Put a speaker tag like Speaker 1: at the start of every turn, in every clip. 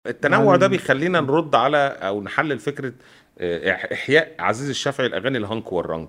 Speaker 1: التنوع ده بيخلينا نرد على او نحلل فكره احياء عزيز الشافعي الاغاني الهانك والرانك.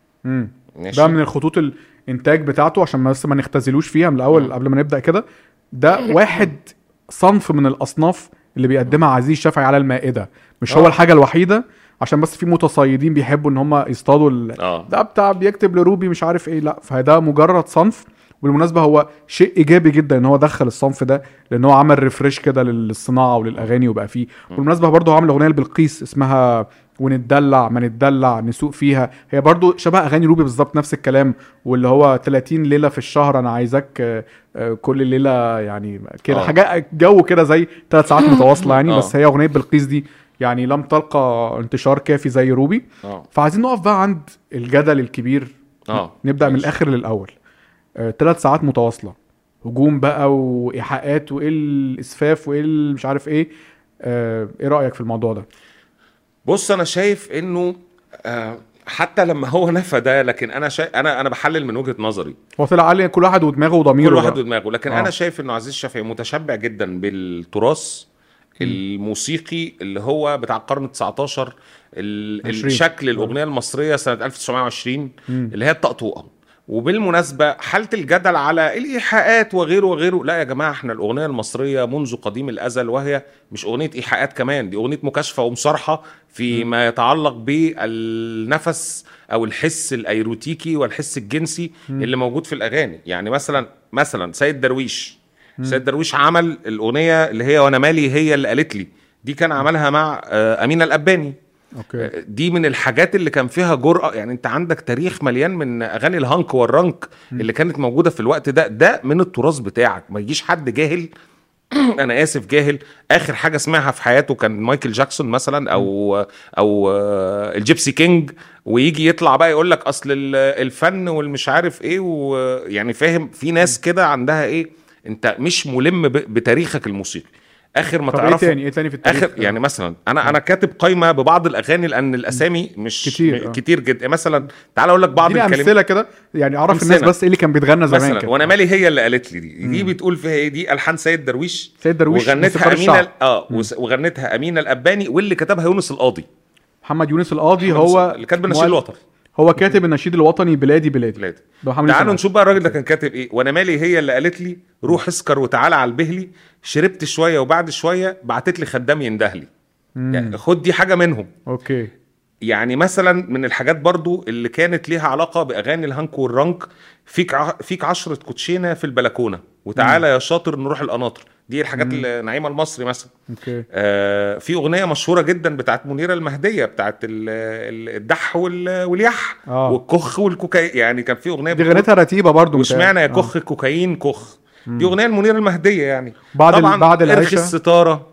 Speaker 2: ده
Speaker 1: ماشي.
Speaker 2: من الخطوط الانتاج بتاعته عشان بس ما نختزلوش فيها من الاول قبل ما نبدا كده. ده واحد صنف من الاصناف اللي بيقدمها عزيز الشافعي على المائده، مش هو الحاجه الوحيده، عشان بس في متصيدين بيحبوا ان هم يصطادوا ده بتاع بيكتب لروبي مش عارف ايه. لا، فده مجرد صنف. وبالمناسبه هو شيء ايجابي جدا ان هو دخل الصنف ده، لان هو عمل ريفريش كده للصناعه وللاغاني وبقى فيه. بالمناسبه برضه هو عامل اغنيه لبلقيس اسمها ونتدلع ما نتدلع نسوق فيها، هي برضو شبه اغاني روبي بالظبط، نفس الكلام. واللي هو 30 ليله في الشهر انا عايزك كل ليله يعني كده حاجه جو كده زي 3 ساعات متواصله يعني. بس هي اغنيه بلقيس دي يعني لم تلقى انتشار كافي زي روبي. فعايزين نقف بقى عند الجدل الكبير. نبدا من الاخر للاول. 3 ساعات متواصله، هجوم بقى وايحاءات وايه الاسفاف وايه مش عارف ايه. ايه رايك في الموضوع ده؟
Speaker 1: بص انا شايف انه حتى لما هو نفى ده، لكن انا انا بحلل من وجهة نظري.
Speaker 2: هو طلع قال كل واحد ودماغه وضميره،
Speaker 1: كل واحد ودماغه، لكن انا شايف انه عزيز الشافعي متشبع جدا بالتراث الموسيقي اللي هو بتاع القرن 19، الشكل الاغنيه المصريه سنه 1920 اللي هي الطقطوقه. وبالمناسبة حالة الجدل على الإيحاءات وغيره وغيره، لا يا جماعة، احنا الأغنية المصرية منذ قديم الأزل وهي مش أغنية إيحاءات كمان، دي أغنية مكاشفة ومصارحة فيما يتعلق بالنفس أو الحس الأيروتيكي والحس الجنسي اللي موجود في الأغاني. يعني مثلا سيد درويش عمل الأغنية اللي هي وانا مالي هي اللي قالت لي، دي كان عملها مع أمينة الأباني. دي من الحاجات اللي كان فيها جرأة. يعني انت عندك تاريخ مليان من اغاني الهانك والرانك اللي كانت موجودة في الوقت ده من التراث بتاعك. ما يجيش حد جاهل انا اسف جاهل اخر حاجة سمعها في حياته كان مايكل جاكسون مثلا او الجيبسي كينج، ويجي يطلع بقى يقول لك اصل الفن والمش عارف ايه. ويعني فاهم، في ناس كده عندها ايه، انت مش ملم بتاريخك الموسيقي. اخر ما تعرفه
Speaker 2: ايه تاني في التاريخ؟
Speaker 1: اخر يعني مثلا انا كاتب قائمه ببعض الاغاني لان الاسامي مش كتير جدا. مثلا تعال اقول لك بعض الكلمات
Speaker 2: امثله كده يعني اعرف الناس بس ايه اللي كان بيتغنى زمان
Speaker 1: مثلا كده. وانا مالي هي اللي قالت لي دي بتقول فيها ايه؟ دي الحان سيد درويش وغنتها امينه وغنتها امينه الاباني، واللي كتبها يونس القاضي.
Speaker 2: محمد يونس القاضي هو
Speaker 1: اللي كاتب النشيد الوطني،
Speaker 2: هو كاتب النشيد الوطني بلادي.
Speaker 1: تعالوا نشوف بقى الراجل ده كان كاتب ايه. وانا مالي هي اللي قالت لي روح اسكر وتعالى على البهلي، شربت شويه وبعد شويه بعتت لي خدام يندهلي. يعني خد دي حاجه منهم.
Speaker 2: اوكي.
Speaker 1: يعني مثلا من الحاجات برضو اللي كانت ليها علاقه باغاني الهانك والرانك، فيك 10 كوتشينه في البلكونه وتعالى يا شاطر نروح القناطر. دي الحاجات اللي نعيمه المصري مثلا.
Speaker 2: اوكي.
Speaker 1: في اغنيه مشهوره جدا بتاعت منيره المهديه بتاعت الدح واليح والكخ والكوكايين. يعني كان في اغنيه
Speaker 2: دي غنتها رتيبه برضو،
Speaker 1: مش معنى يا كخ كوكايين كخ. دي اغنيه المنيره المهديه يعني.
Speaker 2: بعد
Speaker 1: ارخي الستاره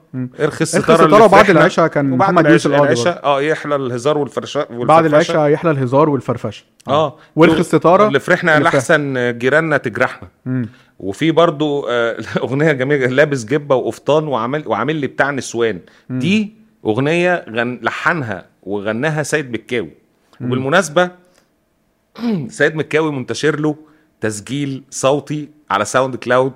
Speaker 2: بعد العشاء كان محمد يوسف
Speaker 1: العشاء يحلى الهزار والفرفشه.
Speaker 2: بعد العشاء يحلى الهزار والفرفشه. وارخي الستاره
Speaker 1: اللي فرحنا لحسن جيراننا تجرحنا. وفي برضو اغنيه جميله لابس جبه وقفطان وعامل لي بتاع نسوان. دي اغنيه لحنها وغناها سيد مكاوي. وبالمناسبه سيد مكاوي منتشر له تسجيل صوتي على ساوند كلاود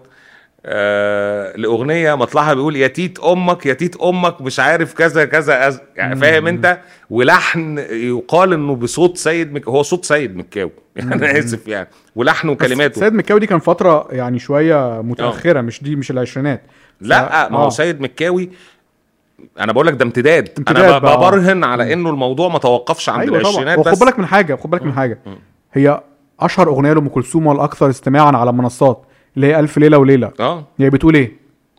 Speaker 1: لأغنية مطلعها بيقول يا تيت أمك مش عارف كذا كذا يعني فاهم انت. ولحن يقال انه بصوت هو صوت سيد مكاوي يعني انا اسف يعني، ولحن وكلماته.
Speaker 2: سيد مكاوي دي كان فترة يعني شوية متأخرة، مش العشرينات.
Speaker 1: لا ما هو سيد مكاوي انا بقول لك ده امتداد. انا ببرهن على انه الموضوع ما توقفش عند العشرينات بس.
Speaker 2: وخد بالك من حاجة هي اشهر اغنية لأم كلثوم والاكثر استماعا على المنصات اللي هي ألف ليلة وليلة. هي بتقول ايه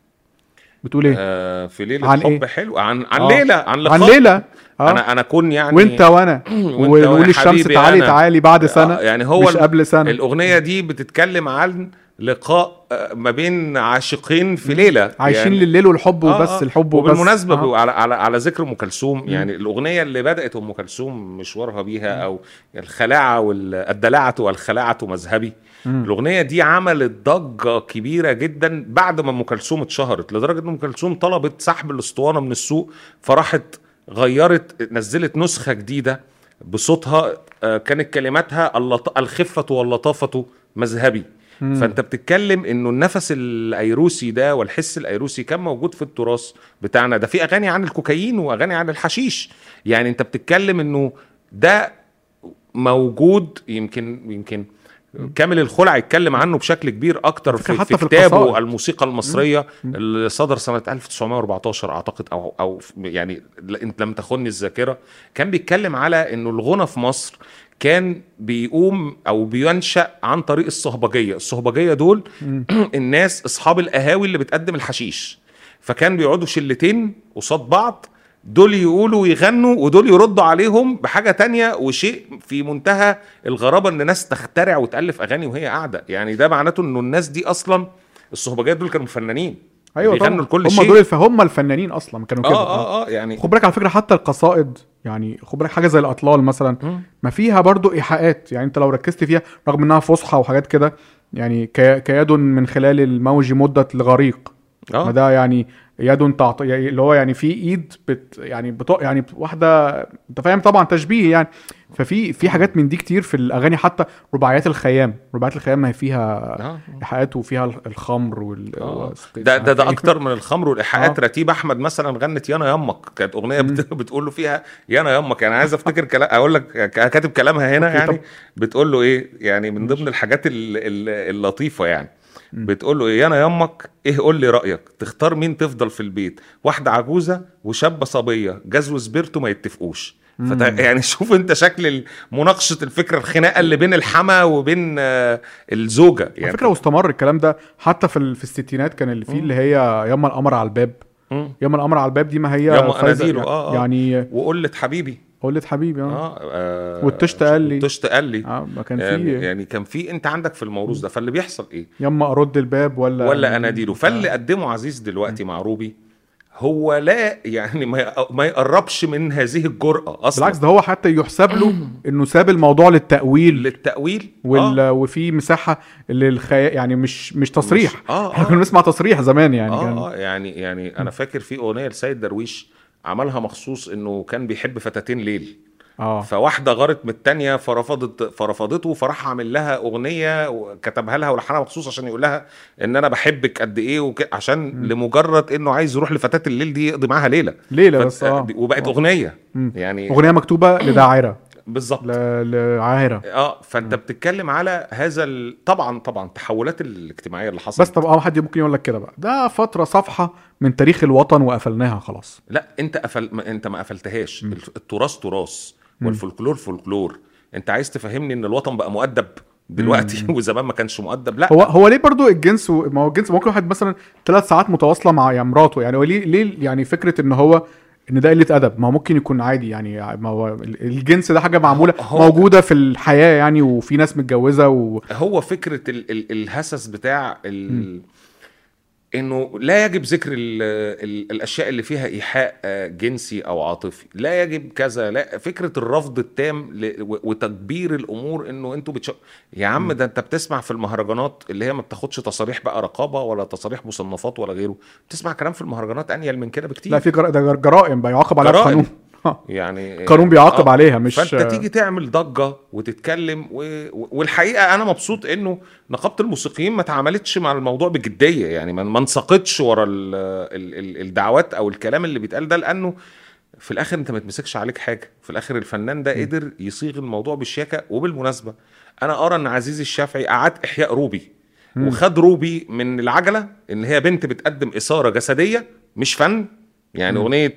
Speaker 1: في ليلة حب إيه؟ حلو عن ليلة
Speaker 2: عن ليلة
Speaker 1: انا كون يعني
Speaker 2: وانت وانا ونقول الشمس تعالي بعد سنة
Speaker 1: يعني هو
Speaker 2: مش قبل سنة.
Speaker 1: الأغنية دي بتتكلم عن لقاء ما بين عاشقين في ليلة
Speaker 2: عايشين يعني لليل والحب وبس. الحب وبس.
Speaker 1: وبالمناسبة على ذكر أم كلثوم يعني الأغنية اللي بدأت أم كلثوم مشوارها بيها أو الخلاعة والدلاعة والخلاعة مذهبي. الأغنية دي عملت ضجة كبيرة جدا بعد ما أم كلثوم اتشهرت، لدرجة أن أم كلثوم طلبت سحب الأسطوانة من السوق، فراحت نزلت نسخة جديدة بصوتها كانت كلماتها الخفة واللطافة مذهبي. فانت بتتكلم انه النفس الايروسي ده والحس الايروسي كان موجود في التراث بتاعنا ده. في اغاني عن الكوكايين واغاني عن الحشيش، يعني انت بتتكلم انه ده موجود. يمكن كامل الخلع يتكلم عنه بشكل كبير اكتر في كتابه الموسيقى المصرية اللي صدر سنة 1914 اعتقد، او يعني انت لم تخني الذاكرة. كان بيتكلم على انه الغنى في مصر كان بيقوم او بينشأ عن طريق الصهبجية دول الناس اصحاب القهاوي اللي بتقدم الحشيش، فكان بيقعدوا شلتين قصاد بعض، دول يقولوا ويغنوا ودول يردوا عليهم بحاجة تانية. وشيء في منتهى الغرابة ان ناس تخترع وتألف اغاني وهي قاعدة، يعني ده معناته انه الناس دي اصلا الصهبجيات دول كانوا فنانين.
Speaker 2: ايوه
Speaker 1: بيغنوا لكل
Speaker 2: هم
Speaker 1: شيء.
Speaker 2: دول هم الفنانين اصلا كانوا كده.
Speaker 1: يعني
Speaker 2: خد بالك على فكرة حتى القصائد، يعني خد بالك حاجة زي الأطلال مثلا ما فيها برضو إيحاءات، يعني انت لو ركزت فيها رغم انها فصحى وحاجات كده، يعني كيد من خلال الموج مدة الغريق. ما ده يعني يد يعني اللي هو يعني في ايد يعني واحده، انت فاهم طبعا تشبيه يعني. ففي حاجات من دي كتير في الاغاني، حتى رباعيات الخيام ما هي فيها ايحاءات وفيها الخمر
Speaker 1: ده اكتر من الخمر والايحاءات. رتيب احمد مثلا غنت يانا يمك، كانت اغنيه بتقول له فيها يانا يمك. يعني عايز افتكر اقول لك كاتب كلامها هنا، يعني بتقول له ايه، يعني من ضمن الحاجات اللطيفه يعني بتقول له ايه، انا يمك ايه قول لي رايك، تختار مين تفضل في البيت، واحده عجوزه وشابه صبيه، جاز وسبيرتو ما يتفقوش. يعني شوف انت شكل مناقشه الفكره، الخناقه اللي بين الحما وبين الزوجه يعني.
Speaker 2: على فكره واستمر الكلام ده حتى في الستينات، كان اللي فيه اللي هي ياما القمر على الباب. ياما القمر على الباب دي ما هي
Speaker 1: ياما اناديله
Speaker 2: يعني
Speaker 1: وقلت حبيبي
Speaker 2: والتشت قال لي
Speaker 1: ما كان في يعني كان في انت عندك في الموروث ده. فاللي بيحصل ايه،
Speaker 2: ياما ارد الباب ولا
Speaker 1: اناديله. فاللي قدمه عزيز دلوقتي مع روبي هو لا يعني ما يقربش من هذه الجرأة اصلا.
Speaker 2: بالعكس ده هو حتى يحسب له انه ساب الموضوع للتأويل وفي مساحة يعني مش تصريح. احنا كنا بنسمع تصريح زمان يعني
Speaker 1: يعني انا فاكر في اغنية لسيد درويش عملها مخصوص انه كان بيحب فتاتين ليل. فواحده غارت من التانية فرفضته، فراح عامل لها اغنيه وكتبها لها ولحنها مخصوص عشان يقول لها ان انا بحبك قد ايه عشان لمجرد انه عايز يروح لفتاه الليل دي يقضي معاها ليله
Speaker 2: بس
Speaker 1: وبقت اغنيه يعني
Speaker 2: اغنيه مكتوبه لداعره
Speaker 1: بالظبط
Speaker 2: لعاهره.
Speaker 1: فانت بتتكلم على هذا طبعا التحولات الاجتماعيه اللي حصلت.
Speaker 2: بس طب حد ممكن يقول لك كده بقى ده فتره صفحه من تاريخ الوطن وقفلناها خلاص.
Speaker 1: لا انت ما قفلتهاش. التراث تراث والفولكلور فولكلور. انت عايز تفهمني ان الوطن بقى مؤدب دلوقتي وزمان ما كانش مؤدب؟ لا
Speaker 2: هو ليه برضو الجنس ما هو الجنس ممكن واحد مثلا 3 ساعات متواصله مع مراته، يعني هو ليه يعني فكره ان ده قله ادب؟ ما هو ممكن يكون عادي يعني. ما هو الجنس ده حاجه معموله موجوده في الحياه يعني، وفي ناس متجوزه
Speaker 1: هو فكره الهسس بتاع انه لا يجب ذكر الاشياء اللي فيها ايحاء جنسي او عاطفي، لا يجب كذا، لا فكره الرفض التام وتكبير الامور. انه انتوا يا عم ده انت بتسمع في المهرجانات اللي هي ما بتاخدش تصاريح بقى رقابه ولا تصاريح مصنفات ولا غيره، بتسمع كلام في المهرجانات انيل من كده بكتير.
Speaker 2: لا في جرائم بقى يعاقب عليها القانون
Speaker 1: يعني
Speaker 2: قانون بيعاقب عليها. مش
Speaker 1: فانت تيجي تعمل ضجه وتتكلم والحقيقه انا مبسوط انه نقابه الموسيقيين ما تعاملتش مع الموضوع بجديه، يعني ما انسقتش ورا الدعوات او الكلام اللي بيتقال ده، لانه في الاخر انت ما تمسكش عليك حاجه. في الاخر الفنان ده قدر يصيغ الموضوع بالشياكه. وبالمناسبه انا ارى ان عزيز الشافعي اعاد احياء روبي وخد روبي من العجله ان هي بنت بتقدم اثاره جسديه مش فن. يعني اغنيه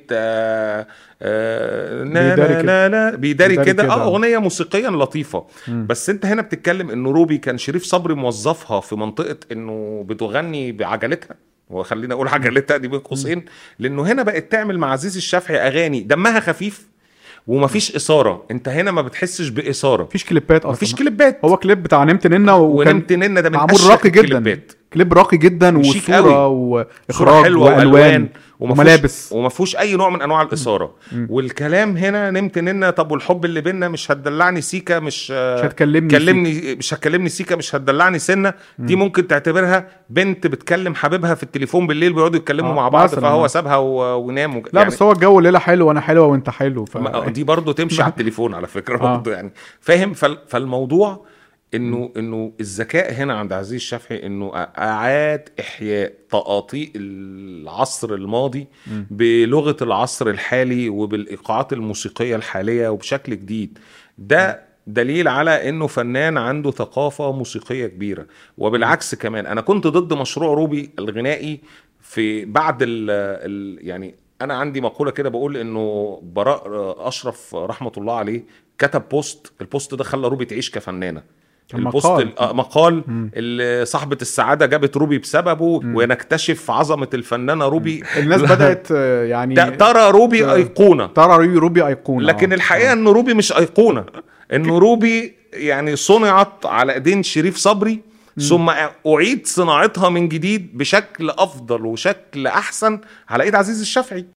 Speaker 1: بيداري كده اغنيه موسيقيا لطيفه. بس انت هنا بتتكلم انه روبي كان شريف صبري موظفها في منطقه انه بتغني بعجلتها، وخلينا اقول عجلتها دي بين قوسين، لانه هنا بقت تعمل مع عزيز الشافعي اغاني دمها خفيف ومفيش اثاره. انت هنا ما بتحسش باثاره،
Speaker 2: مفيش كليبات اصلا،
Speaker 1: مفيش كليبات.
Speaker 2: هو كليب بتاع نمت ننا
Speaker 1: ونمت ننا ده من
Speaker 2: معمول راقي جدا، كليب راقي جدا وصوره واخراج والوان وملابس
Speaker 1: وما فيهوش اي نوع من انواع الاثاره. والكلام هنا نمت ننا، طب والحب اللي بينا مش هتدلعني سيكا، مش هتكلمني سيكا، مش هتدلعني سنه. دي ممكن تعتبرها بنت بتكلم حبيبها في التليفون بالليل بيقعدوا يتكلموا مع بعض، فهو سابها ونام
Speaker 2: لا يعني بس هو الجو الليله حلو وانا حلوه وانت حلو
Speaker 1: دي برضو تمشي على التليفون على فكره برضو يعني فاهم. فالموضوع انه الذكاء هنا عند عزيز الشافعي انه اعاد احياء تقاطيع العصر الماضي بلغة العصر الحالي وبالايقاعات الموسيقية الحالية وبشكل جديد. ده دليل على انه فنان عنده ثقافة موسيقية كبيرة. وبالعكس كمان انا كنت ضد مشروع روبي الغنائي في بعد يعني انا عندي مقولة كده بقول انه براء اشرف رحمة الله عليه كتب البوست ده خلى روبي تعيش كفنانة. مقال اللي صاحبة السعادة جابت روبي بسببه ونكتشف عظمة الفنانة روبي.
Speaker 2: الناس بدأت يعني
Speaker 1: ترى روبي أيقونة، لكن الحقيقة انه روبي مش أيقونة، انه روبي يعني صنعت على ايدين شريف صبري ثم أعيد صناعتها من جديد بشكل أفضل وشكل أحسن على ايد عزيز الشافعي.